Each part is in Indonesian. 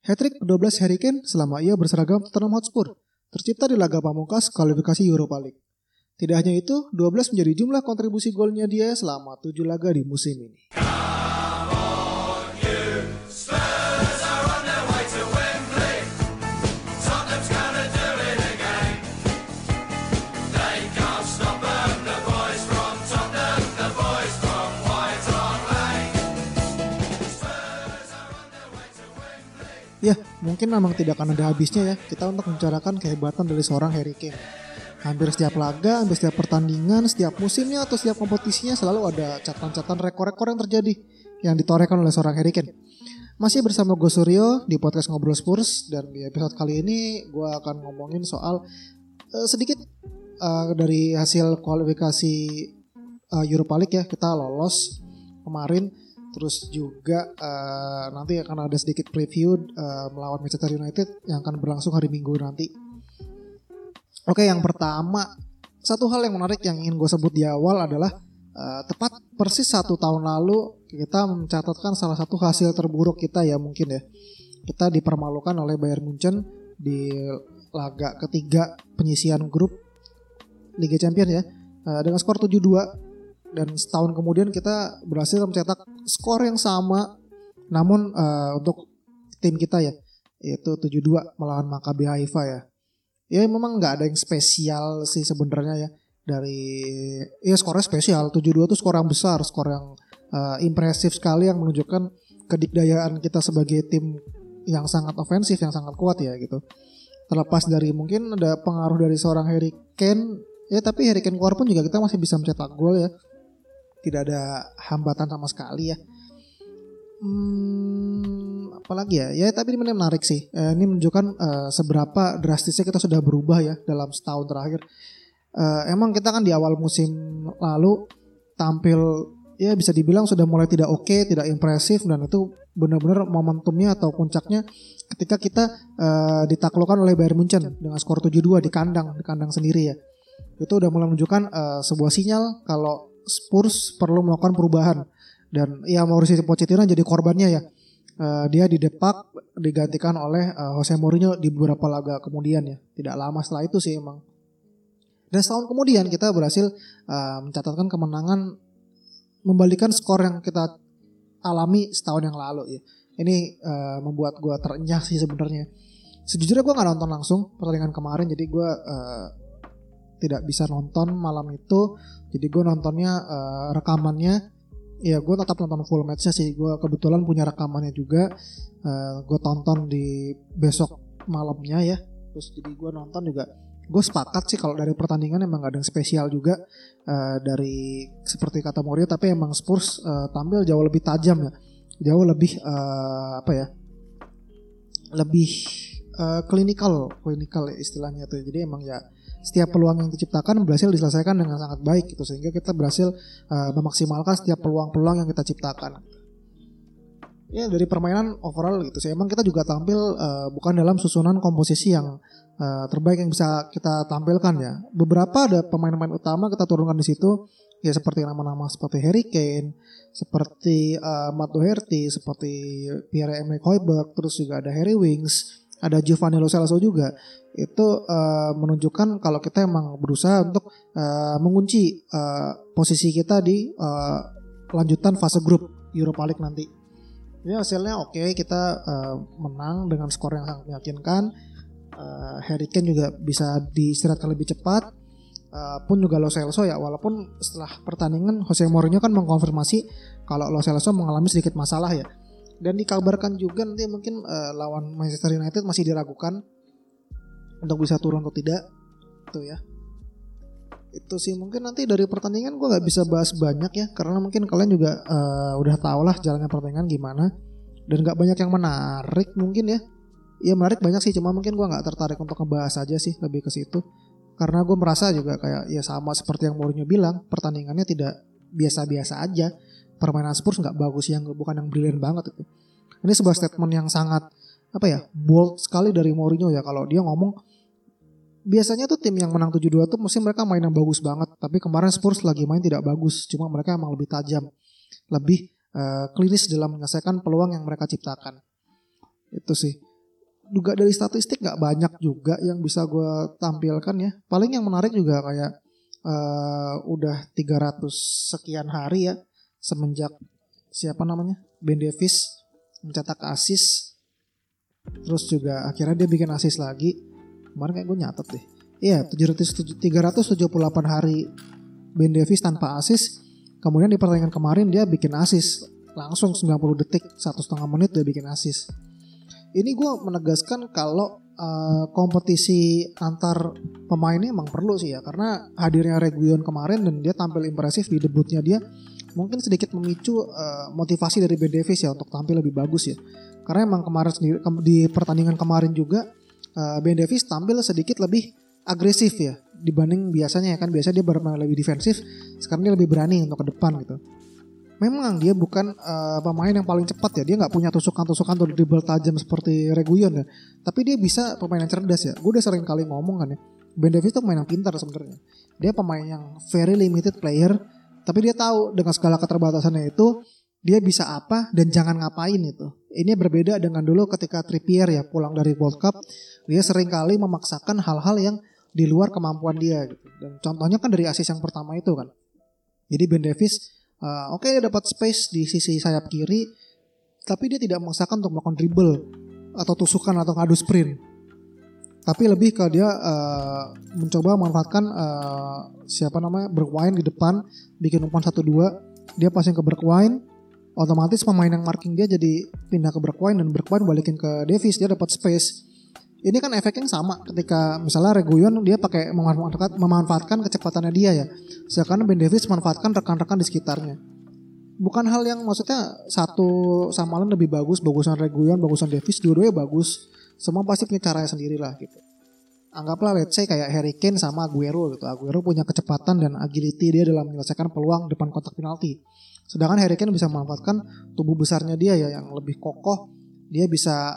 Hat-trick ke-12 Harry Kane selama ia berseragam Tottenham Hotspur, tercipta di laga pamungkas kualifikasi Europa League. Tidak hanya itu, 12 menjadi jumlah kontribusi golnya dia selama 7 laga di musim ini. Ya, mungkin memang tidak akan ada habisnya ya kita untuk membicarakan kehebatan dari seorang Harry Kane. Hampir setiap laga, hampir setiap pertandingan, setiap musimnya atau setiap kompetisinya selalu ada catatan-catatan rekor-rekor yang terjadi yang ditorehkan oleh seorang Harry Kane. Masih bersama gue Suryo di podcast Ngobrol Spurs, dan di episode kali ini gue akan ngomongin soal sedikit dari hasil kualifikasi Europa League ya. Kita lolos kemarin. Terus juga nanti akan ada sedikit preview melawan Manchester United yang akan berlangsung hari Minggu nanti. Oke, yang pertama, satu hal yang menarik yang ingin gue sebut di awal adalah tepat persis 1 tahun lalu kita mencatatkan salah satu hasil terburuk kita ya mungkin ya. Kita dipermalukan oleh Bayern Munchen di laga ketiga penyisian grup Liga Champions ya, dengan skor 7-2. Dan setahun kemudian kita berhasil mencetak skor yang sama, namun untuk tim kita ya, yaitu 7-2 melawan Maccabi Haifa ya. Ya memang nggak ada yang spesial sih sebenarnya ya, dari ya skornya spesial. 7-2 itu skor yang besar, skor yang impresif sekali yang menunjukkan kedikdayaan kita sebagai tim yang sangat ofensif, yang sangat kuat ya gitu. Terlepas dari mungkin ada pengaruh dari seorang Harry Kane ya, tapi Harry Kane keluar pun juga kita masih bisa mencetak gol ya. Tidak ada hambatan sama sekali ya. Apalagi ya? Ya tapi ini menarik sih. Ini menunjukkan seberapa drastisnya kita sudah berubah ya dalam setahun terakhir. Emang kita kan di awal musim lalu tampil ya bisa dibilang sudah mulai tidak oke, tidak impresif, dan itu benar-benar momentumnya atau puncaknya ketika kita ditaklukkan oleh Bayern Munchen dengan skor 7-2 di kandang sendiri ya. Itu udah mulai menunjukkan sebuah sinyal kalau Spurs perlu melakukan perubahan, dan ya Mauricio Pochettino jadi korbannya ya. Dia didepak digantikan oleh Jose Mourinho di beberapa laga kemudian ya. Tidak lama setelah itu sih emang. Dan setahun kemudian kita berhasil mencatatkan kemenangan, membalikan skor yang kita alami setahun yang lalu ya. Ini membuat gue terenyah sih sebenarnya. Sejujurnya gue nggak nonton langsung pertandingan kemarin, jadi gue tidak bisa nonton malam itu. Jadi gue nontonnya rekamannya. Ya gue tetap nonton full matchnya sih. Gue kebetulan punya rekamannya juga. Gue tonton di besok malamnya ya. Terus jadi gue nonton juga. Gue sepakat sih kalau dari pertandingan emang gak ada yang spesial juga dari seperti kata Mourinho. Tapi emang Spurs tampil jauh lebih tajam ya. Jauh lebih lebih klinikal ya istilahnya tuh. Jadi emang ya setiap peluang yang diciptakan berhasil diselesaikan dengan sangat baik gitu, sehingga kita berhasil memaksimalkan setiap peluang-peluang yang kita ciptakan. Ya dari permainan overall gitu sih, emang kita juga tampil bukan dalam susunan komposisi yang terbaik yang bisa kita tampilkan ya. Beberapa ada pemain-pemain utama kita turunkan di situ ya, seperti nama-nama seperti Harry Kane, seperti Matt Doherty, seperti Pierre-Emerick Højbjerg, terus juga ada Harry Winks, ada Giovanni Lo Celso juga. Itu menunjukkan kalau kita emang berusaha untuk mengunci posisi kita di lanjutan fase grup Europa League nanti. Ya hasilnya oke, kita menang dengan skor yang sangat meyakinkan. Harry Kane juga bisa diistirahatkan lebih cepat. Pun juga Lo Celso ya, walaupun setelah pertandingan Jose Mourinho kan mengkonfirmasi kalau Lo Celso mengalami sedikit masalah ya. Dan dikabarkan juga nanti mungkin lawan Manchester United masih diragukan untuk bisa turun atau tidak. Itu ya. Itu sih mungkin nanti dari pertandingan gue gak bisa bahas banyak ya, karena mungkin kalian juga udah tau lah jalannya pertandingan gimana. Dan gak banyak yang menarik mungkin ya. Ya menarik banyak sih, cuma mungkin gue gak tertarik untuk ngebahas aja sih, lebih ke situ. Karena gue merasa juga kayak ya sama seperti yang Mourinho bilang, pertandingannya tidak biasa-biasa aja. Permainan Spurs gak bagus, yang bukan yang brilian banget itu. Ini sebuah statement yang sangat bold sekali dari Mourinho ya. Kalau dia ngomong biasanya tuh tim yang menang 7-2 tuh mesti mereka main yang bagus banget. Tapi kemarin Spurs lagi main tidak bagus. Cuma mereka emang lebih tajam, lebih klinis dalam menyelesaikan peluang yang mereka ciptakan. Itu sih. juga dari statistik nggak banyak juga yang bisa gue tampilkan ya. Paling yang menarik juga kayak udah 300 sekian hari ya semenjak siapa namanya Ben Davis mencetak assist. Terus juga akhirnya dia bikin assist lagi. Kemarin kayak gue nyatet deh. Iya, 378 hari Ben Davis tanpa assist. Kemudian di pertandingan kemarin dia bikin assist. Langsung 90 detik, 1,5 menit dia bikin assist. Ini gue menegaskan kalau kompetisi antar pemainnya emang perlu sih ya. Karena hadirnya Reguilon kemarin dan dia tampil impresif di debutnya dia. Mungkin sedikit memicu motivasi dari Ben Davis ya untuk tampil lebih bagus ya. Karena emang kemarin sendiri, di pertandingan kemarin juga Ben Davis tampil sedikit lebih agresif ya dibanding biasanya ya kan. Biasanya dia bermain lebih defensif, sekarang dia lebih berani untuk ke depan gitu. Memang dia bukan pemain yang paling cepat ya, dia nggak punya tusukan-tusukan atau dribble tajam seperti Reguilon ya, tapi dia bisa pemain yang cerdas ya. Gue udah sering kali ngomong kan ya, Ben Davis tuh pemain yang pintar sebenarnya. Dia pemain yang very limited player, tapi dia tahu dengan segala keterbatasannya itu dia bisa apa dan jangan ngapain itu. Ini berbeda dengan dulu ketika Trippier ya pulang dari World Cup, dia sering kali memaksakan hal-hal yang di luar kemampuan dia gitu. Dan contohnya kan dari assist yang pertama itu kan. Jadi Ben Davis oke, dia dapat space di sisi sayap kiri, tapi dia tidak memaksakan untuk melakukan dribble atau tusukan atau ngadu sprint. Tapi lebih ke dia mencoba memanfaatkan Bergwijn di depan, bikin umpan 1-2, dia passing ke Bergwijn, otomatis pemain yang marking dia jadi pindah ke Bergwijn dan Bergwijn balikin ke Davis, dia dapat space. Ini kan efeknya sama ketika misalnya Reguilon dia pakai memanfaatkan kecepatannya dia ya. Sedangkan Ben Davis memanfaatkan rekan-rekan di sekitarnya. Bukan hal yang maksudnya satu sama lain lebih bagusan Reguilon, bagusan Davis, dua-duanya bagus. Semua pasti punya caranya sendiri lah gitu. Anggaplah let's say kayak Harry Kane sama Aguero gitu. Aguero punya kecepatan dan agility dia dalam menyelesaikan peluang depan kotak penalti. Sedangkan Harry Kane bisa memanfaatkan tubuh besarnya dia ya yang lebih kokoh. Dia bisa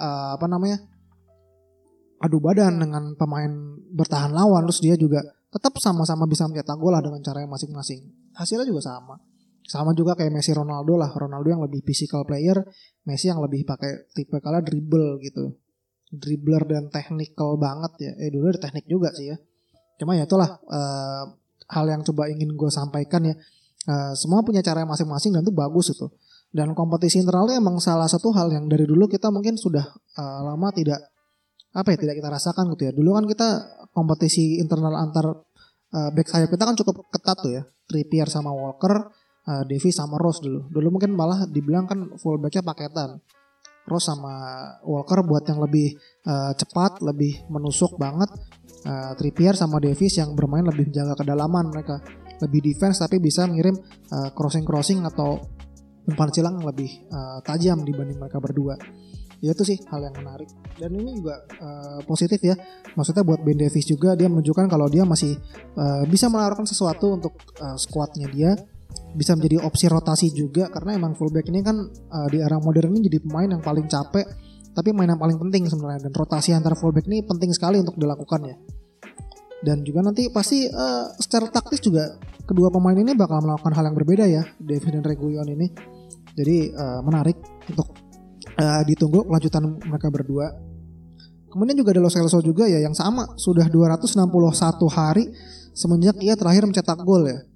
adu badan dengan pemain bertahan lawan, terus dia juga tetap sama-sama bisa mencetak gol lah dengan caranya masing-masing. Hasilnya juga sama juga kayak Messi Ronaldo lah. Ronaldo yang lebih physical player, Messi yang lebih pakai tipe kala dribble gitu, dribbler dan technical banget ya. Dulu ada teknik juga sih ya, cuma ya itulah hal yang coba ingin gue sampaikan ya. Semua punya cara masing-masing dan itu bagus itu. Dan kompetisi internalnya emang salah satu hal yang dari dulu kita mungkin sudah lama tidak kita rasakan gitu ya. Dulu kan kita kompetisi internal antar back sayap kita kan cukup ketat tuh ya. Trippier sama Walker, Davies sama Rose dulu. Dulu mungkin malah dibilang kan fullbacknya paketan. Rose sama Walker buat yang lebih cepat, lebih menusuk banget. Trippier sama Davies yang bermain lebih menjaga kedalaman mereka. Lebih defense tapi bisa mengirim crossing atau umpan silang yang lebih tajam dibanding mereka berdua. Ya itu sih hal yang menarik. Dan ini juga positif ya. Maksudnya buat Ben Davies juga dia menunjukkan kalau dia masih bisa menawarkan sesuatu untuk skuadnya dia. Bisa menjadi opsi rotasi juga. Karena emang fullback ini kan di era modern ini jadi pemain yang paling capek, tapi main yang paling penting sebenarnya. Dan rotasi antar fullback ini penting sekali untuk dilakukan ya. Dan juga nanti pasti secara taktis juga kedua pemain ini bakal melakukan hal yang berbeda ya, Davies dan Reguilon ini. Jadi menarik untuk ditunggu kelanjutan mereka berdua. Kemudian juga ada Lo Celso juga ya yang sama, sudah 261 hari semenjak ia terakhir mencetak gol ya.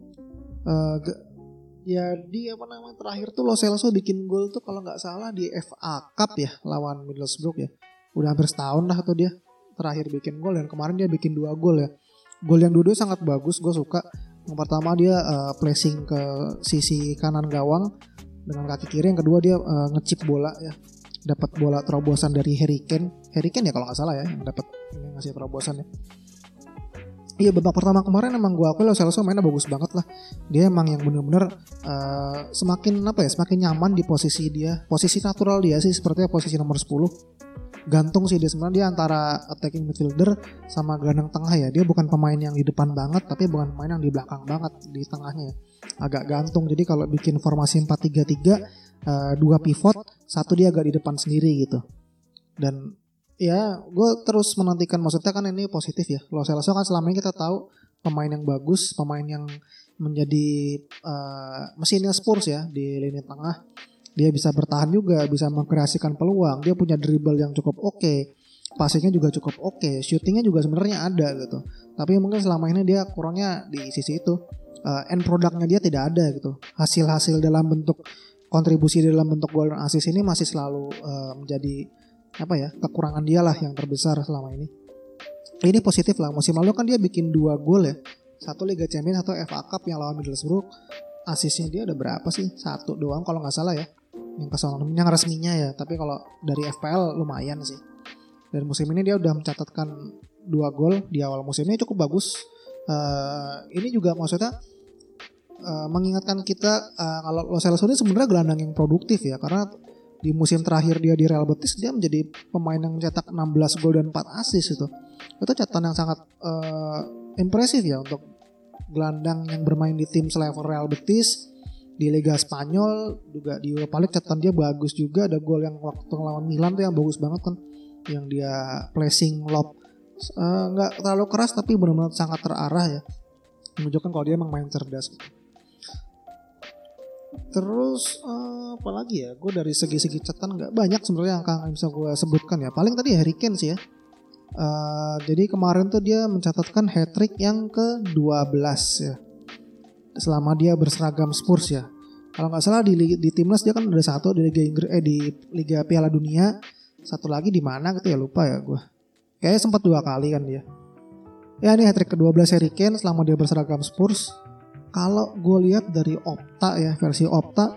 Jadi terakhir tuh Lo Celso bikin gol tuh kalau nggak salah di FA Cup ya lawan Middlesbrough ya. Udah hampir setahun lah tuh dia terakhir bikin gol, dan kemarin dia bikin 2 gol ya. Gol yang dua-dua sangat bagus, gue suka. Yang pertama dia placing ke sisi kanan gawang dengan kaki kiri, yang kedua dia ngechip bola ya, dapat bola terobosan dari Harry Kane ya kalau nggak salah ya yang dapat ngasih terobosan ya. Iya, babak pertama kemarin emang gue akui Lo Celso mainnya bagus banget lah. Dia emang yang bener-bener semakin nyaman di posisi dia, posisi natural dia sih sepertinya posisi nomor 10. Gantung sih dia sebenarnya, dia antara attacking midfielder sama gelandang tengah ya. Dia bukan pemain yang di depan banget, tapi bukan pemain yang di belakang banget, di tengahnya ya. Agak gantung. Jadi kalau bikin formasi 4-3-3, 2 pivot, 1 dia agak di depan sendiri gitu. Dan ya gue terus menantikan, maksudnya kan ini positif ya. Lo Celso kan selama ini kita tahu pemain yang bagus, pemain yang menjadi mesinnya Spurs ya di lini tengah. Dia bisa bertahan juga, bisa mengkreasikan peluang. Dia punya dribble yang cukup oke, passingnya juga cukup oke, shootingnya juga sebenarnya ada gitu. Tapi mungkin selama ini dia kurangnya di sisi itu. End produknya dia tidak ada gitu. Hasil-hasil dalam bentuk kontribusi dalam bentuk gol dan assist ini masih selalu menjadi kekurangan dia lah yang terbesar selama ini. Ini positif lah. Musim lalu kan dia bikin 2 gol ya. Satu Liga Champions, satu FA Cup yang lawan Middlesbrough. Asisnya dia ada berapa sih? 1 doang kalau nggak salah ya. Yang resminya ya. Tapi kalau dari FPL lumayan sih. Dan musim ini dia udah mencatatkan 2 gol di awal musimnya, cukup bagus. Ini juga maksudnya mengingatkan kita kalau Lo Celso ini sebenarnya gelandang yang produktif ya, karena di musim terakhir dia di Real Betis dia menjadi pemain yang mencetak 16 gol dan 4 assist itu catatan yang sangat impresif ya untuk gelandang yang bermain di tim selevel Real Betis di Liga Spanyol. Juga di Europa League catatan dia bagus juga, ada gol yang waktu lawan Milan tuh yang bagus banget kan, yang dia placing lob nggak terlalu keras tapi benar-benar sangat terarah ya, menunjukkan kalau dia emang main cerdas gitu. Terus apalagi ya, gue dari segi-segi catatan nggak banyak sebenarnya angka yang bisa gue sebutkan ya. Paling tadi Harry Kane sih ya. Jadi kemarin tuh dia mencatatkan hat-trick yang ke-12 ya, selama dia berseragam Spurs ya. Kalau nggak salah di timnas dia kan ada 1 di Liga Inggris, di Liga Piala Dunia, 1 lagi di mana gitu ya, lupa ya gue. Kayaknya sempat 2 kali kan dia. Ya ini hat-trick ke-12 Harry Kane selama dia berseragam Spurs. Kalau gue lihat dari Opta ya, versi Opta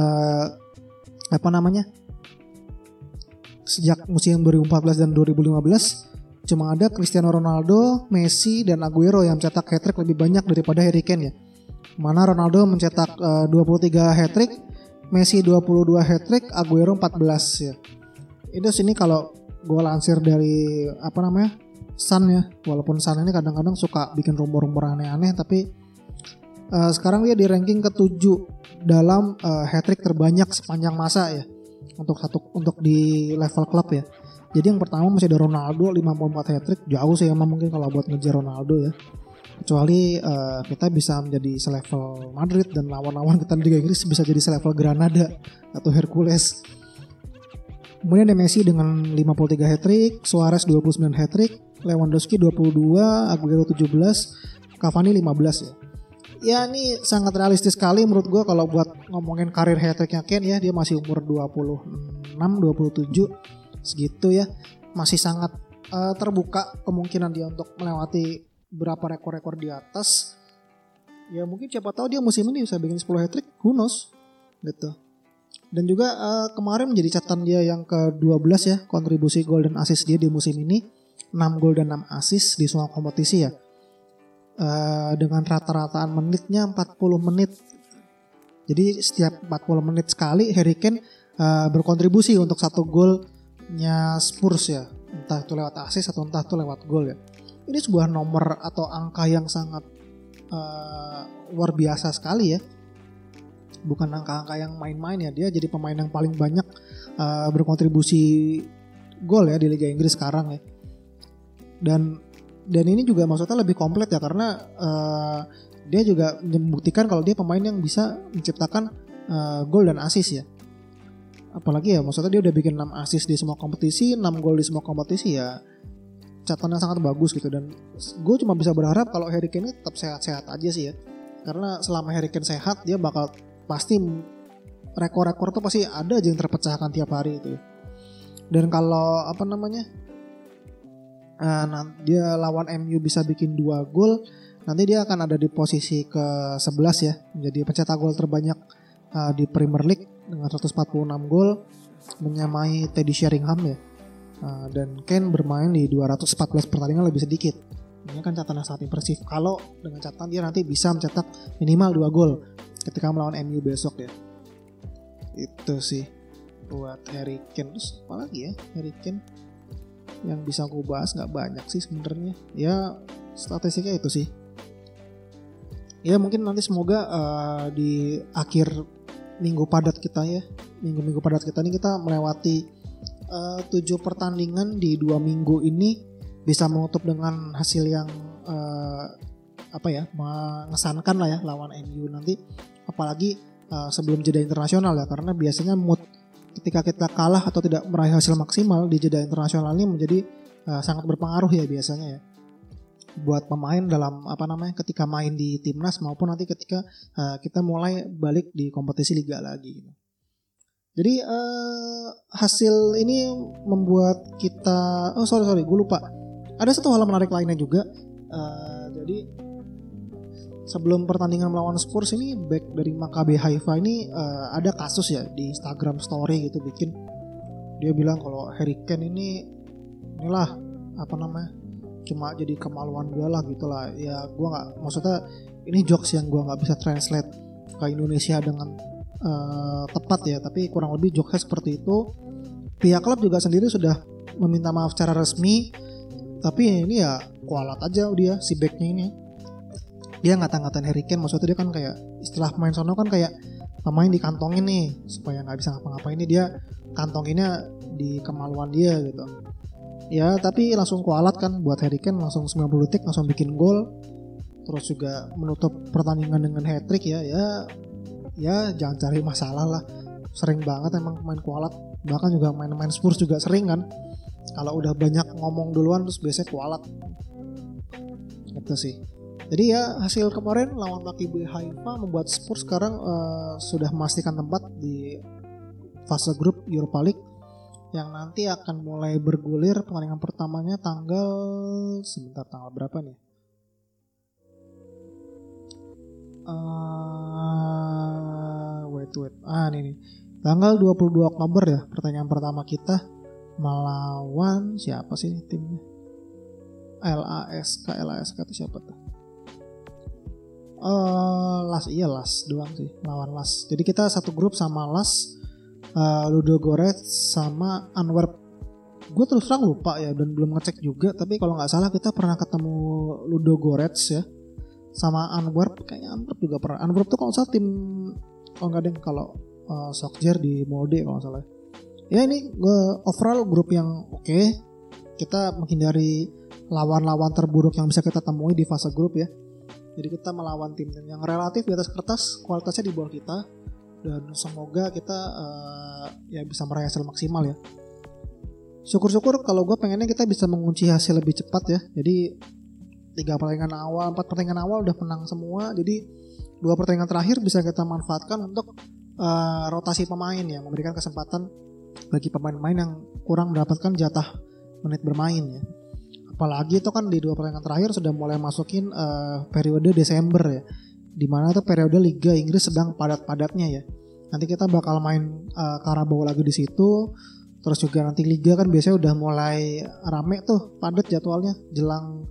sejak musim 2014 dan 2015 cuma ada Cristiano Ronaldo, Messi dan Aguero yang mencetak hat-trick lebih banyak daripada Harry Kane ya. Mana Ronaldo mencetak 23 hat-trick, Messi 22 hat-trick, Aguero 14 ya. Itu sini kalau gue lansir dari Sun ya. Walaupun Sun ini kadang-kadang suka bikin rumor-rumor aneh-aneh, tapi sekarang dia di ranking ke-7 dalam hat-trick terbanyak sepanjang masa ya, untuk di level klub ya. Jadi yang pertama masih ada Ronaldo 54 hat-trick, jauh sih emang mungkin kalau buat ngejar Ronaldo ya. Kecuali kita bisa menjadi selevel Madrid dan lawan-lawan kita di Liga Inggris bisa jadi selevel Granada atau Hercules. Kemudian ada Messi dengan 53 hat-trick, Suarez 29 hat-trick, Lewandowski 22, Aguero 17, Cavani 15 ya. Ya ini sangat realistis sekali menurut gue kalau buat ngomongin karir hat-tricknya Kane ya. Dia masih umur 26, 27 segitu ya. Masih sangat terbuka kemungkinan dia untuk melewati berapa rekor-rekor di atas. Ya mungkin siapa tahu dia musim ini bisa bikin 10 hat-trick, who knows gitu. Dan juga kemarin menjadi catatan dia yang ke-12 ya, kontribusi gol dan assist dia di musim ini 6 gol dan 6 assist di semua kompetisi ya. Dengan rata-rataan menitnya 40 menit. Jadi setiap 40 menit sekali Harry Kane berkontribusi untuk 1 golnya Spurs ya. Entah itu lewat assist atau entah itu lewat gol ya. Ini sebuah nomor atau angka yang sangat luar biasa sekali ya. Bukan angka-angka yang main-main ya. Dia jadi pemain yang paling banyak berkontribusi gol ya di Liga Inggris sekarang ya. Dan ini juga maksudnya lebih komplit ya, karena dia juga membuktikan kalau dia pemain yang bisa menciptakan gol dan assist ya. Apalagi ya maksudnya dia udah bikin 6 assist di semua kompetisi, 6 gol di semua kompetisi ya. Catatan yang sangat bagus gitu. Dan gue cuma bisa berharap kalau Harry Kane tetap sehat-sehat aja sih ya. Karena selama Harry Kane sehat dia bakal pasti rekor-rekor tuh pasti ada aja yang terpecahkan tiap hari itu. Dan kalau dia lawan MU bisa bikin 2 gol, nanti dia akan ada di posisi ke-11 ya, menjadi pencetak gol terbanyak di Premier League dengan 146 gol, menyamai Teddy Sheringham ya. Dan Kane bermain di 214 pertandingan lebih sedikit. Ini kan catatan yang sangat impresif. Kalau dengan catatan dia nanti bisa mencetak minimal 2 gol ketika melawan MU besok ya. Itu sih buat Harry Kane. Terus apa lagi ya Harry Kane yang bisa aku bahas? Nggak banyak sih sebenarnya. Ya statistiknya itu sih. Ya mungkin nanti semoga di akhir minggu padat kita ya, minggu padat kita ini kita melewati 7 pertandingan di 2 minggu ini bisa menutup dengan hasil yang mengesankan lah ya lawan MU nanti. Apalagi sebelum jeda internasional ya, karena biasanya mood ketika kita kalah atau tidak meraih hasil maksimal di jeda internasional ini menjadi sangat berpengaruh ya biasanya ya buat pemain dalam ketika main di timnas maupun nanti ketika kita mulai balik di kompetisi liga lagi gitu. Jadi hasil ini membuat kita gue lupa. Ada satu hal menarik lainnya juga. Jadi sebelum pertandingan melawan Spurs ini, back dari Maccabi Haifa ini ada kasus ya di Instagram story gitu bikin. Dia bilang kalau Harry Kane inilah cuma jadi kemaluan gue lah gitulah. Ya gue nggak, maksudnya ini jokes yang gue nggak bisa translate ke Indonesia dengan tepat ya, tapi kurang lebih jokesnya seperti itu. Pihak klub juga sendiri sudah meminta maaf secara resmi, tapi ini ya kualat aja dia si backnya ini. Dia ngata-ngatain Harry Kane, maksudnya dia kan kayak istilah pemain sono kan kayak pemain dikantongin nih supaya nggak bisa ngapa-ngapain, ini dia kantonginnya di kemaluan dia gitu. Ya tapi langsung kualat kan buat Harry Kane, langsung 90 detik langsung bikin gol, terus juga menutup pertandingan dengan hat-trick ya jangan cari masalah lah. Sering banget emang main kualat, bahkan juga main Spurs juga sering kan, kalau udah banyak ngomong duluan terus biasanya kualat gitu sih. Jadi ya hasil kemarin lawan Maccabi Haifa membuat Spurs sekarang sudah memastikan tempat di fase grup Europa League yang nanti akan mulai bergulir. Pertandingan pertamanya tanggal berapa nih? Wait. Ini nih. Tanggal 22 Oktober ya, pertandingan pertama kita melawan siapa sih timnya? LASK itu siapa tuh? LAS doang sih, lawan LAS. Jadi kita satu grup sama LAS, Ludogorets sama Antwerp. Gue terus terang lupa ya dan belum ngecek juga, tapi kalau nggak salah kita pernah ketemu Ludogorets ya, sama Antwerp. Kayaknya Antwerp juga pernah. Antwerp tuh kalau salah tim kalau Solskjaer di Molde kalau salah. Ya ini overall grup yang oke. Kita menghindari lawan-lawan terburuk yang bisa kita temui di fase grup ya. Jadi kita melawan tim-tim yang relatif di atas kertas kualitasnya di bawah kita, dan semoga kita ya bisa meraih hasil maksimal ya. Syukur-syukur kalau gue pengennya kita bisa mengunci hasil lebih cepat ya. Jadi 4 pertandingan awal udah menang semua. Jadi 2 pertandingan terakhir bisa kita manfaatkan untuk rotasi pemain ya, memberikan kesempatan bagi pemain-pemain yang kurang mendapatkan jatah menit bermain ya. Apalagi itu kan di 2 pertandingan terakhir sudah mulai masukin periode Desember ya, dimana tuh periode Liga Inggris sedang padat-padatnya ya. Nanti kita bakal main Carabao lagi di situ. Terus juga nanti Liga kan biasanya udah mulai rame tuh, padat jadwalnya jelang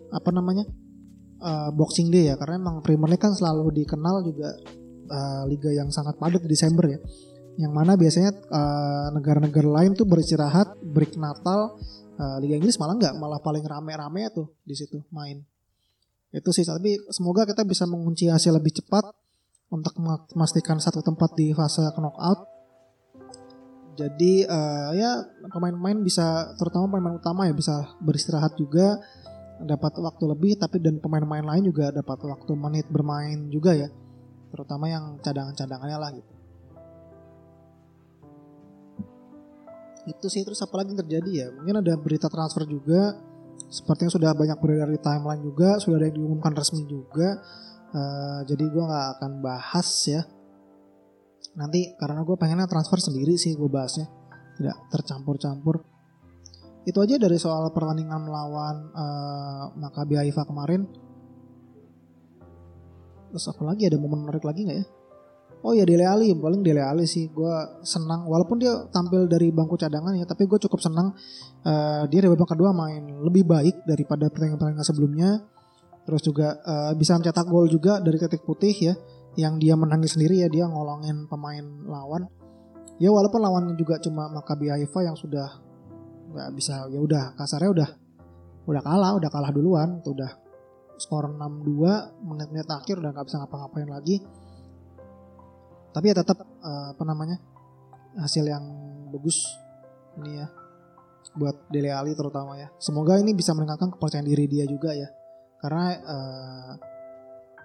Boxing Day ya, karena emang Premier League kan selalu dikenal juga liga yang sangat padat di Desember ya. Yang mana biasanya negara-negara lain tuh beristirahat, break Natal, Liga Inggris malah paling rame-rame tuh di situ main. Itu sih, tapi semoga kita bisa mengunci hasil lebih cepat untuk memastikan satu tempat di fase knockout. Jadi ya pemain-pemain bisa, terutama pemain utama ya, bisa beristirahat juga, dapat waktu lebih, tapi dan pemain-pemain lain juga dapat waktu menit bermain juga ya, terutama yang cadangan-cadangannya lah gitu. Itu sih. Terus apa lagi yang terjadi ya, mungkin ada berita transfer juga, sepertinya sudah banyak beredar di timeline juga, sudah ada yang diumumkan resmi juga. Jadi gue gak akan bahas ya nanti, karena gue pengennya transfer sendiri sih gue bahasnya, tidak tercampur-campur. Itu aja dari soal pertandingan melawan Maccabi Haifa kemarin. Terus apa lagi, ada momen menarik lagi gak ya? Oh ya, Dele Alli, paling Dele Alli sih gue senang, walaupun dia tampil dari bangku cadangan ya, tapi gue cukup senang dia di babak kedua main lebih baik daripada pertandingan sebelumnya. Terus juga bisa mencetak gol juga dari titik putih ya, yang dia menangis sendiri ya, dia ngolongin pemain lawan. Ya walaupun lawannya juga cuma Maccabi Haifa yang sudah nggak bisa, ya udah kasarnya udah kalah duluan, tuh udah skor 6-2, menit-menit akhir udah nggak bisa ngapa-ngapain lagi. Tapi ya tetap hasil yang bagus ini ya buat Dele Alli terutama ya. Semoga ini bisa meningkatkan kepercayaan diri dia juga ya, karena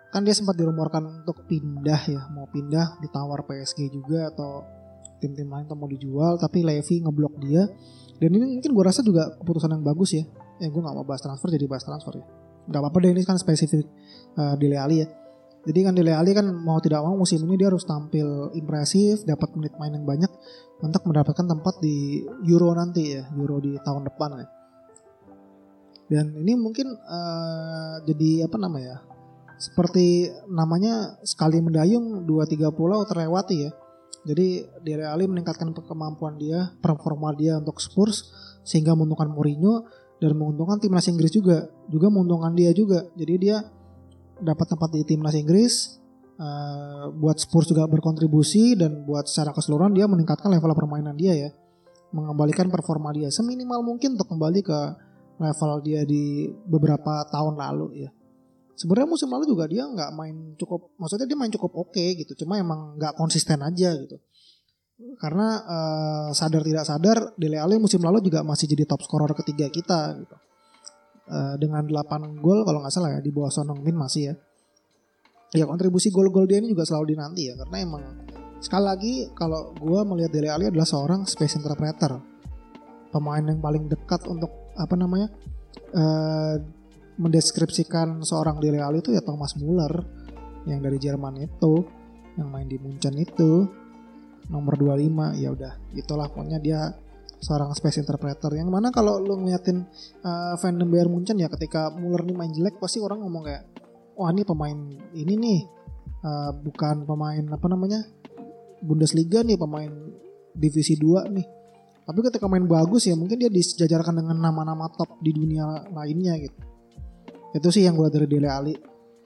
kan dia sempat dirumorkan untuk pindah ya, mau pindah ditawar PSG juga atau tim-tim lain atau mau dijual, tapi Levy ngeblok dia. Dan ini mungkin gue rasa juga keputusan yang bagus ya. Gue gak mau bahas transfer jadi bahas transfer ya. Gak apa-apa deh, ini kan spesifik Dele Alli ya. Jadi kan Dele Alli kan mau tidak mau musim ini dia harus tampil impresif, dapat menit main yang banyak untuk mendapatkan tempat di Euro nanti ya, Euro di tahun depan ya. Dan ini mungkin jadi apa namanya, seperti namanya sekali mendayung 2-3 pulau terlewati ya. Jadi Dele Alli meningkatkan kemampuan dia, performa dia untuk Spurs sehingga menguntungkan Mourinho dan menguntungkan timnas Inggris juga menguntungkan dia juga. Jadi dia dapat tempat di timnas Inggris, buat Spurs juga berkontribusi dan buat secara keseluruhan dia meningkatkan level permainan dia ya, mengembalikan performa dia seminimal mungkin untuk kembali ke level dia di beberapa tahun lalu ya. Sebenarnya musim lalu juga dia nggak main cukup, maksudnya dia main cukup oke gitu, cuma emang nggak konsisten aja gitu. Karena sadar tidak sadar Dele Alli musim lalu juga masih jadi top scorer ketiga kita gitu. Dengan 8 gol kalau nggak salah ya, di bawah Son Heung-min masih ya. Ya kontribusi gol-gol dia ini juga selalu dinanti ya, karena emang sekali lagi kalau gue melihat Dele Alli adalah seorang space interpreter, pemain yang paling dekat untuk apa namanya mendeskripsikan seorang Dele Alli itu ya Thomas Muller yang dari Jerman itu, yang main di Munchen itu, nomor 25. Ya udah, itulah pokoknya dia seorang space interpreter yang mana kalau lu ngeliatin fandom Bayern Munchen ya, ketika Muller nih main jelek pasti orang ngomong kayak, wah ini pemain ini nih bukan pemain apa namanya Bundesliga nih, pemain divisi 2 nih. Tapi ketika main bagus ya mungkin dia disejajarkan dengan nama-nama top di dunia lainnya gitu. Itu sih yang gue dari Dele Alli.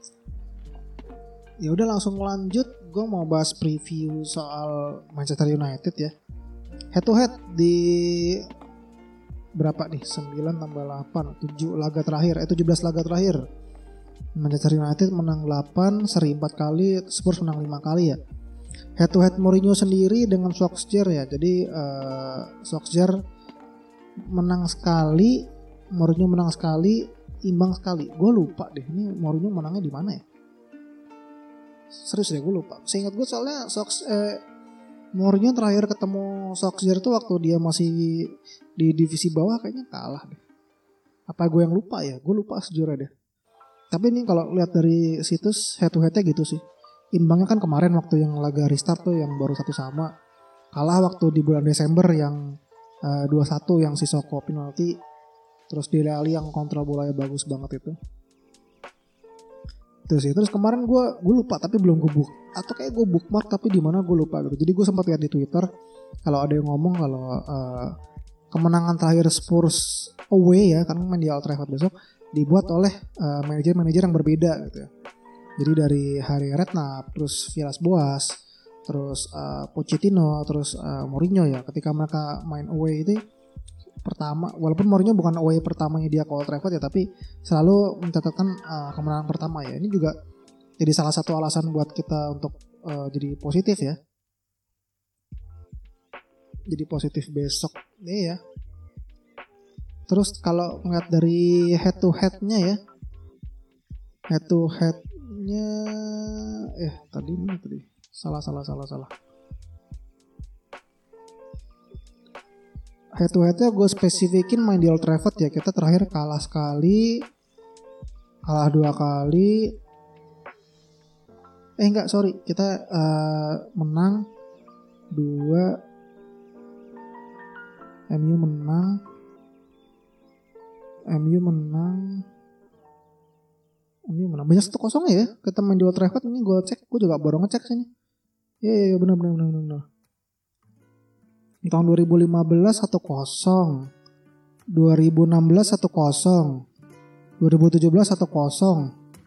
Ya udah langsung lanjut, gue mau bahas preview soal Manchester United ya. Head to head di berapa nih? 9 tambah 8, 7 laga terakhir, 17 laga terakhir. Manchester United menang 8, seri 4 kali, Spurs menang 5 kali ya. Head to head Mourinho sendiri dengan Solskjaer ya. Jadi Solskjaer menang sekali, Mourinho menang sekali, imbang sekali. Gue lupa deh ini Mourinho menangnya di mana ya. Serius deh gue lupa. Seingat gue soalnya Mourinho terakhir ketemu Solskjaer tuh waktu dia masih di divisi bawah, kayaknya kalah deh. Apa gue yang lupa ya? Gue lupa sejujurnya deh. Tapi ini kalau lihat dari situs head to headnya gitu sih. Imbangnya kan kemarin waktu yang laga restart tuh yang baru 1-1. Kalah waktu di bulan Desember yang 2-1 yang Sissoko penalti. Terus Dele Alli yang kontrol bolanya bagus banget itu. Terus kemarin gue lupa tapi belum gue book, atau kayak gue bookmark tapi di mana gue lupa gitu. Jadi gue sempat lihat di Twitter kalau ada yang ngomong kalau kemenangan terakhir Spurs away ya, karena main di Old Trafford besok, dibuat oleh manajer-manajer yang berbeda gitu ya. Jadi dari Harry Redknapp, terus Villas-Boas, terus Pochettino, terus Mourinho ya. Ketika mereka main away itu pertama, walaupun Mourinho bukan away pertamanya dia ke Old Trafford ya, tapi selalu mencatatkan kemenangan pertama ya. Ini juga jadi salah satu alasan buat kita untuk jadi positif ya. Jadi positif besok nih ya. Terus kalau ngeliat dari head to headnya ya, head to headnya tadi salah. Head to headnya gue spesifikin main di Old Trafford ya. Kita terakhir kalah sekali, kalah 2 kali. Kita menang 2, MU menang. Banyak 1-0 ya. Kita main di Old Trafford ini gue cek, gue juga baru ngecek sini. Iya benar. Tahun 2015 1-0, 2016 1-0, 2017 1-0,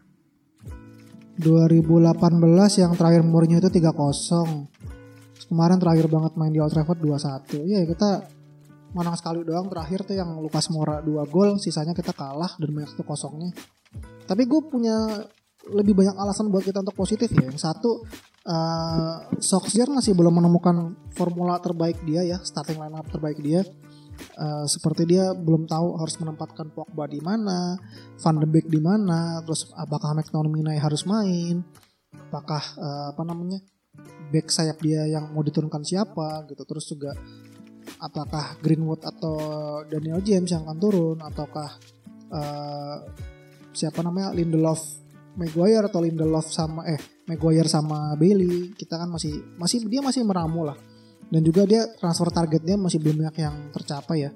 2018 yang terakhir Mourinho itu 3-0. Kemarin terakhir banget main di Old Trafford 2-1. Iya kita menang sekali doang terakhir tuh yang Lucas Moura 2 gol, sisanya kita kalah dan banyak 1-0-nya. Tapi gue punya lebih banyak alasan buat kita untuk positif ya. Yang satu, Solskjaer masih belum menemukan formula terbaik dia ya, starting lineup terbaik dia. Seperti dia belum tahu harus menempatkan Pogba di mana, Van de Beek di mana, terus apakah McTominay harus main, apakah back sayap dia yang mau diturunkan siapa gitu, terus juga apakah Greenwood atau Daniel James yang akan turun, ataukah Lindelof Maguire atau Lindelof sama Maguire sama Bailey. Kita kan dia masih meramu lah. Dan juga dia transfer targetnya masih belum banyak yang tercapai ya.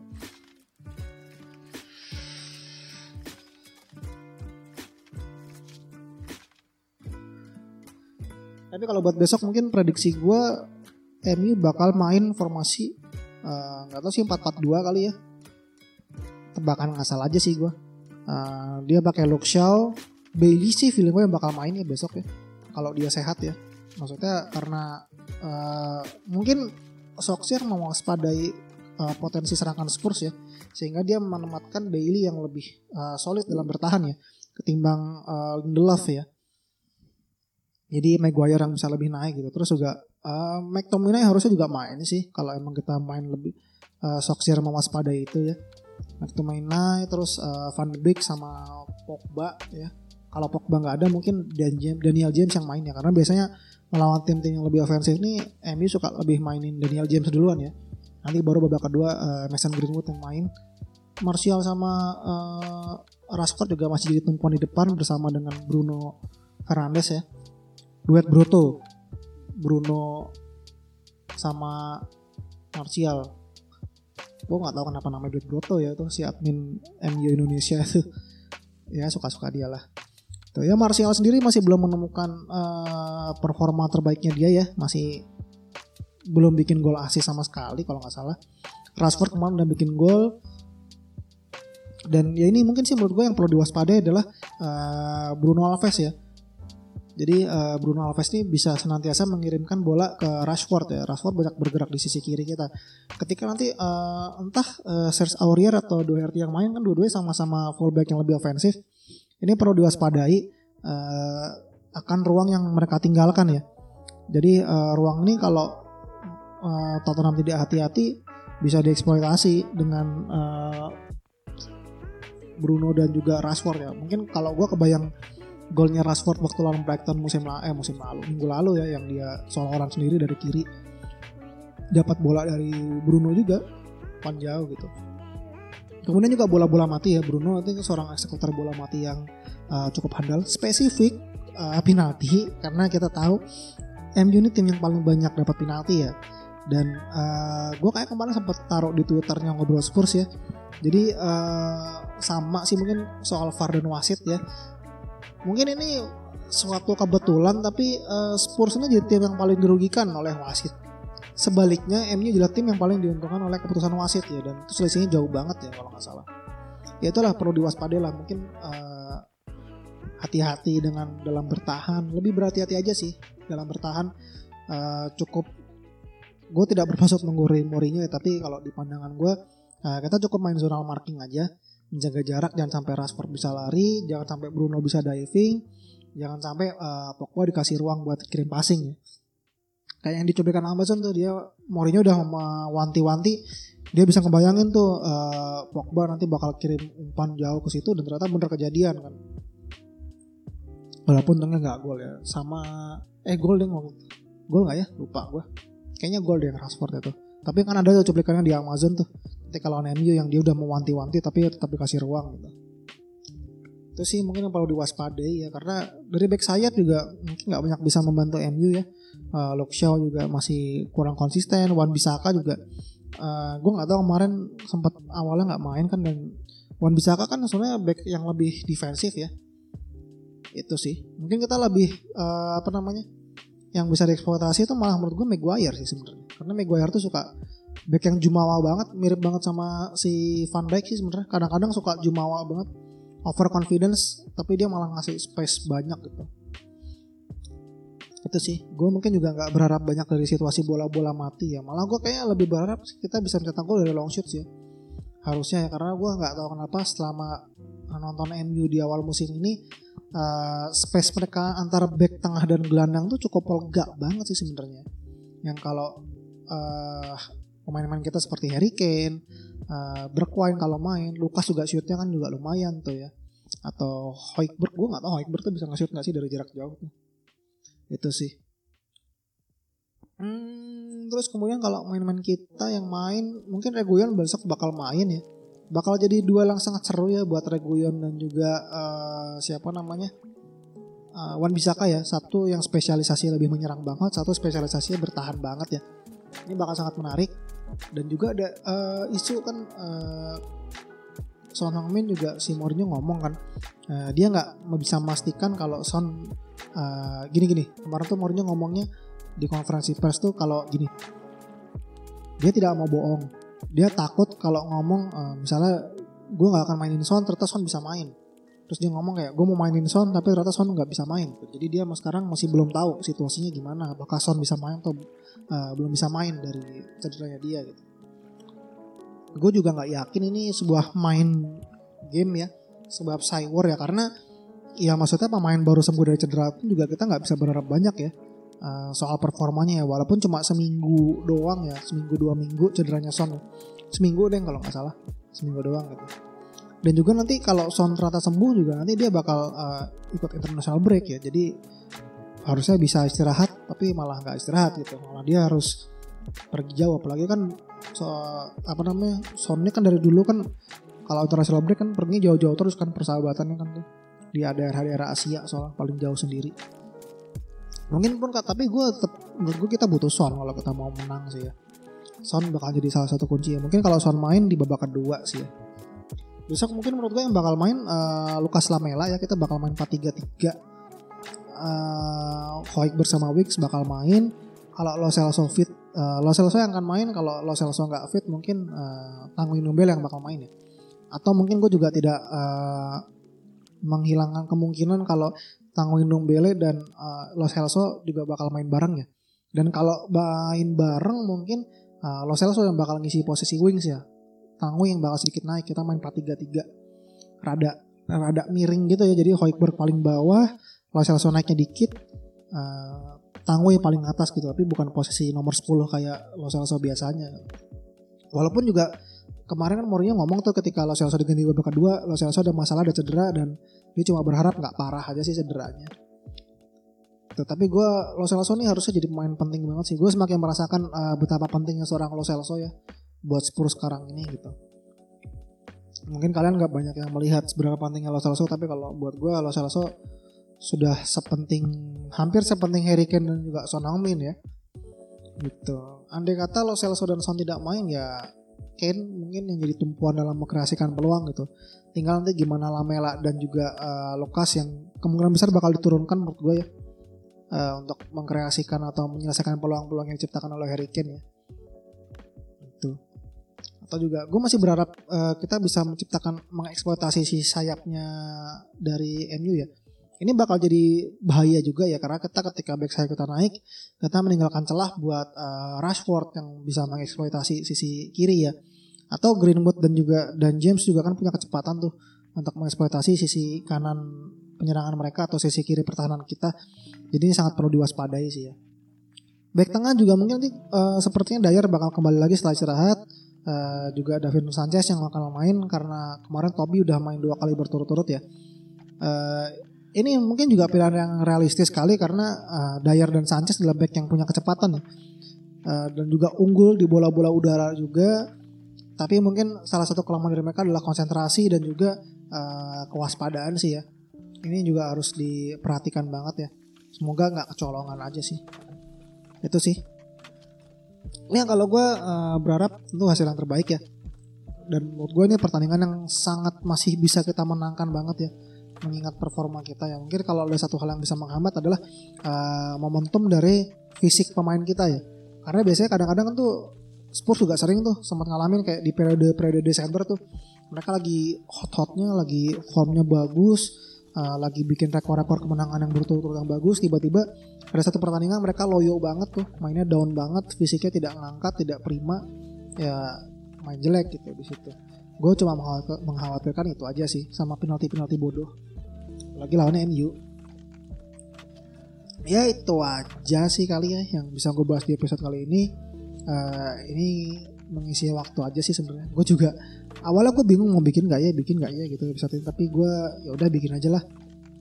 Tapi kalau buat besok mungkin prediksi gue MU bakal main formasi nggak tahu sih 4-4-2 kali ya. Tebakan ngasal aja sih gue. Dia pakai Luke Shaw, Bailey sih feeling gue yang bakal main ya besok ya. Kalau dia sehat ya. Maksudnya karena mungkin Solskjaer mewaspadai potensi serangan Spurs ya, sehingga dia menempatkan Bailey yang lebih solid dalam bertahan ya ketimbang Lindelof ya. Jadi Maguire yang bisa lebih naik gitu. Terus juga McTominay harusnya juga main sih kalau emang kita main lebih Solskjaer mewaspadai itu ya. McTominay terus Van de Beek sama Pogba ya. Kalau Pogba nggak ada mungkin Daniel James yang main ya, karena biasanya melawan tim-tim yang lebih ofensif nih MU suka lebih mainin Daniel James duluan ya. Nanti baru babak kedua Mason Greenwood yang main. Martial sama Rashford juga masih jadi tumpuan di depan bersama dengan Bruno Fernandes ya. Duet Bruno sama Martial. Gue nggak tahu kenapa namanya duet Broto ya, tuh si admin MU Indonesia tuh. Ya suka-suka dia lah. Tuh ya, Martial sendiri masih belum menemukan performa terbaiknya dia ya, masih belum bikin gol assist sama sekali kalau nggak salah. Rashford kemarin udah bikin gol. Dan ya ini mungkin sih menurut gue yang perlu diwaspadai adalah Bruno Alves ya. Jadi Bruno Alves ini bisa senantiasa mengirimkan bola ke Rashford ya. Rashford banyak bergerak di sisi kiri kita. Ketika nanti entah Serge Aurier atau Doherty yang main, kan dua-duanya sama-sama fullback yang lebih ofensif. Ini perlu diwaspadai akan ruang yang mereka tinggalkan ya. Jadi ruang ini kalau Tottenham tidak hati-hati bisa dieksploitasi dengan Bruno dan juga Rashford ya. Mungkin kalau gue kebayang golnya Rashford waktu lawan Brighton minggu lalu ya, yang dia seorang sendiri dari kiri dapat bola dari Bruno juga pan jauh gitu. Kemudian juga bola-bola mati ya, Bruno itu seorang eksekutor bola mati yang cukup handal, spesifik penalti, karena kita tahu MU ini tim yang paling banyak dapat penalti ya. Dan gue kayak kemarin sempat taruh di Twitternya Ngobrol Spurs ya. Jadi sama sih mungkin soal VAR dan wasit ya. Mungkin ini suatu kebetulan, tapi Spurs ini jadi tim yang paling dirugikan oleh wasit. Sebaliknya MU adalah tim yang paling diuntungkan oleh keputusan wasit ya, dan itu selisihnya jauh banget ya kalau nggak salah. Ya itulah perlu diwaspadai lah, mungkin hati-hati dengan dalam bertahan, lebih berhati-hati aja sih dalam bertahan. Cukup, gue tidak bermaksud menggurui Mourinho ya, tapi kalau di pandangan gue kita cukup main zonal marking aja, menjaga jarak, jangan sampai Rashford bisa lari, jangan sampai Bruno bisa diving, jangan sampai Pogba dikasih ruang buat kirim passing ya. Kayak yang dicobakan Amazon tuh, dia Mourinho udah mewanti-wanti, dia bisa ngebayangin tuh Pogba nanti bakal kirim umpan jauh ke situ, dan ternyata bener kejadian kan. Walaupun tengah nggak gol ya, sama gol deh, gol nggak ya, lupa gue. Kayaknya gol deh Rashford itu. Tapi kan ada tuh cuplikannya di Amazon tuh, ketika lawan MU yang dia udah mewanti-wanti tapi tetap dikasih ruang gitu. Itu sih mungkin yang perlu diwaspadai ya, karena dari back sayap juga mungkin nggak banyak bisa membantu MU ya. Luke Shaw juga masih kurang konsisten, Wan-Bissaka juga gue nggak tahu kemarin sempat awalnya nggak main kan, dan Wan-Bissaka kan sebenarnya back yang lebih defensif ya. Itu sih mungkin kita lebih yang bisa dieksploitasi itu malah menurut gue Maguire sih sebenarnya, karena Maguire tuh suka back yang jumawa banget, mirip banget sama si Van Dijk sih sebenarnya. Kadang-kadang suka jumawa banget, overconfidence, tapi dia malah ngasih space banyak gitu. Itu sih, gue mungkin juga nggak berharap banyak dari situasi bola-bola mati ya. Malah gue kayaknya lebih berharap kita bisa mencetak gol dari long shots ya. Harusnya ya, karena gue nggak tahu kenapa selama nonton MU di awal musim ini space mereka antara back tengah dan gelandang tuh cukup lega banget sih sebenarnya. Yang kalau pemain-pemain kita seperti Harry Kane, Bergwijn kalau main, Lucas juga shootnya kan juga lumayan tuh ya. Atau Højbjerg, gue nggak tahu Højbjerg tuh bisa nge-shoot nggak sih dari jarak jauh tuh. Itu sih. Terus kemudian kalau main-main kita yang main, mungkin Reguilon besok bakal main ya. Bakal jadi duel yang sangat seru ya buat Reguilon dan juga siapa namanya, Wan-Bissaka ya. Satu yang spesialisasi lebih menyerang banget, satu spesialisasinya bertahan banget ya. Ini bakal sangat menarik. Dan juga ada isu kan, Son Heung-min juga si Mourinho ngomong kan, dia nggak bisa memastikan kalau Son gini. Kemarin tuh Mourinho ngomongnya di konferensi pers tuh kalau gini, dia tidak mau bohong, dia takut kalau ngomong misalnya gue nggak akan mainin Son, ternyata Son bisa main. Terus dia ngomong kayak gue mau mainin Son tapi ternyata Son nggak bisa main. Jadi dia sekarang masih belum tahu situasinya gimana, apakah Son bisa main atau belum bisa main dari cederanya dia gitu. Gue juga nggak yakin ini sebuah main game ya, sebuah cyber ya, karena ya maksudnya pemain baru sembuh dari cedera pun juga kita nggak bisa berharap banyak ya soal performanya ya, walaupun cuma seminggu doang ya, seminggu 2 minggu cederanya Son, seminggu deh kalau nggak salah, seminggu doang gitu. Dan juga nanti kalau Son ternyata sembuh juga nanti dia bakal ikut international break ya, jadi harusnya bisa istirahat tapi malah nggak istirahat gitu, malah dia harus pergi jauh. Apalagi kan Sonnya kan dari dulu kan kalau international break kan pergi jauh-jauh terus kan, persahabatannya kan tuh di daerah-daerah Asia soalnya paling jauh sendiri. Mungkin pun tapi menurut gue kita butuh Son kalau kita mau menang sih ya. Son bakal jadi salah satu kunci ya. Mungkin kalau Son main di babak kedua sih ya. Besok mungkin menurut gue yang bakal main Lucas Lamela ya, kita bakal main 4-3-3. Højbjerg sama Wicks bakal main. Kalau Lo Celso fit, Lo Celso yang akan main. Kalau Lo Celso nggak fit mungkin Tanguy Ndombele yang bakal main ya. Atau mungkin gue juga tidak menghilangkan kemungkinan kalau Tanguy Ndombele dan Lo Celso juga bakal main bareng ya. Dan kalau main bareng mungkin Lo Celso yang bakal ngisi posisi wings ya. Tanguy yang bakal sedikit naik, kita main 4-3-3. Rada miring gitu ya. Jadi Højbjerg paling bawah, Lo Celso naiknya dikit, Tanguy paling atas gitu, tapi bukan posisi nomor 10 kayak Lo Celso biasanya. Walaupun juga kemarin kan Mourinho ngomong tuh ketika Lo Celso diganti babak kedua, Lo Celso ada masalah, ada cedera, dan dia cuma berharap nggak parah aja sih cederanya. Tuh, tapi Lo Celso nih harusnya jadi pemain penting banget sih. Gue semakin merasakan betapa pentingnya seorang Lo Celso ya buat Spurs sekarang ini gitu. Mungkin kalian nggak banyak yang melihat seberapa pentingnya Lo Celso, tapi kalau buat gue Lo Celso sudah hampir sepenting Harry Kane dan juga Son Heung-min ya. Gitu. Andai kata Lo Celso dan Son tidak main ya Kane mungkin yang jadi tumpuan dalam mengkreasikan peluang gitu. Tinggal nanti gimana Lamela dan juga Lucas yang kemungkinan besar bakal diturunkan menurut gue ya, untuk mengkreasikan atau menyelesaikan peluang-peluang yang diciptakan oleh Harry Kane ya. Itu. Atau juga gue masih berharap kita bisa mengeksploitasi si sayapnya dari MU ya. Ini bakal jadi bahaya juga ya, karena kita ketika back sayap kita naik, kita meninggalkan celah buat Rashford yang bisa mengeksploitasi sisi kiri ya. Atau Greenwood dan James juga kan punya kecepatan tuh untuk mengeksploitasi sisi kanan penyerangan mereka atau sisi kiri pertahanan kita. Jadi ini sangat perlu diwaspadai sih ya. Back tengah juga mungkin nanti sepertinya Dyer bakal kembali lagi setelah istirahat. Juga Davinson Sanchez yang akan main karena kemarin Toby udah main 2 kali berturut-turut ya. Ini mungkin juga pilihan yang realistis sekali karena Dyer dan Sanchez adalah back yang punya kecepatan ya. Dan juga unggul di bola-bola udara juga. Tapi mungkin salah satu kelemahan dari mereka adalah konsentrasi dan juga kewaspadaan sih ya. Ini juga harus diperhatikan banget ya. Semoga gak kecolongan aja sih. Itu sih. Ya kalau gue berharap tentu hasil yang terbaik ya. Dan menurut gue ini pertandingan yang sangat masih bisa kita menangkan banget ya, mengingat performa kita ya. Mungkin kalau ada satu hal yang bisa menghambat adalah momentum dari fisik pemain kita ya. Karena biasanya kadang-kadang kan tuh Spurs juga sering tuh sempat ngalamin kayak di periode Desember tuh mereka lagi hot-hotnya, lagi formnya bagus, lagi bikin rekor-rekor kemenangan yang berturut-turut yang bagus, tiba-tiba ada satu pertandingan mereka loyo banget tuh, mainnya down banget, fisiknya tidak ngangkat, tidak prima, ya main jelek gitu di situ. Gue cuma mengkhawatirkan itu aja sih, sama penalti-penalti bodoh. Lagi lawannya MU. Ya itu aja sih kali ya yang bisa gue bahas di episode kali ini. Ini mengisi waktu aja sih sebenarnya. Gue juga awalnya gue bingung mau bikin nggak ya gitu episode ini, tapi gue ya udah bikin aja lah.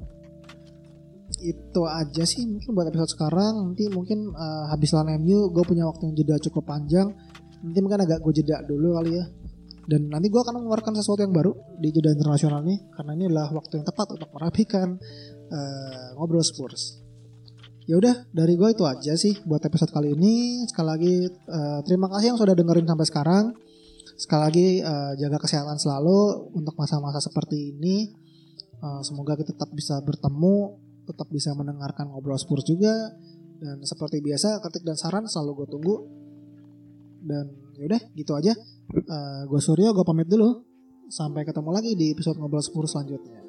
Itu aja sih mungkin buat episode sekarang. Nanti mungkin habis lawan MU gue punya waktu yang jeda cukup panjang. Nanti mungkin agak gue jeda dulu kali ya. Dan nanti gue akan mengeluarkan sesuatu yang baru di jeda internasional nih, karena ini adalah waktu yang tepat untuk merapikan ngobrol Spurs. Ya udah, dari gue itu aja sih buat episode kali ini. Sekali lagi terima kasih yang sudah dengerin sampai sekarang. Sekali lagi jaga kesehatan selalu untuk masa-masa seperti ini. Semoga kita tetap bisa bertemu, tetap bisa mendengarkan ngobrol Spurs juga. Dan seperti biasa, kritik dan saran selalu gue tunggu. Dan yaudah gitu aja. Gue Suryo, gue pamit dulu. Sampai ketemu lagi di episode ngobrol Spurs selanjutnya.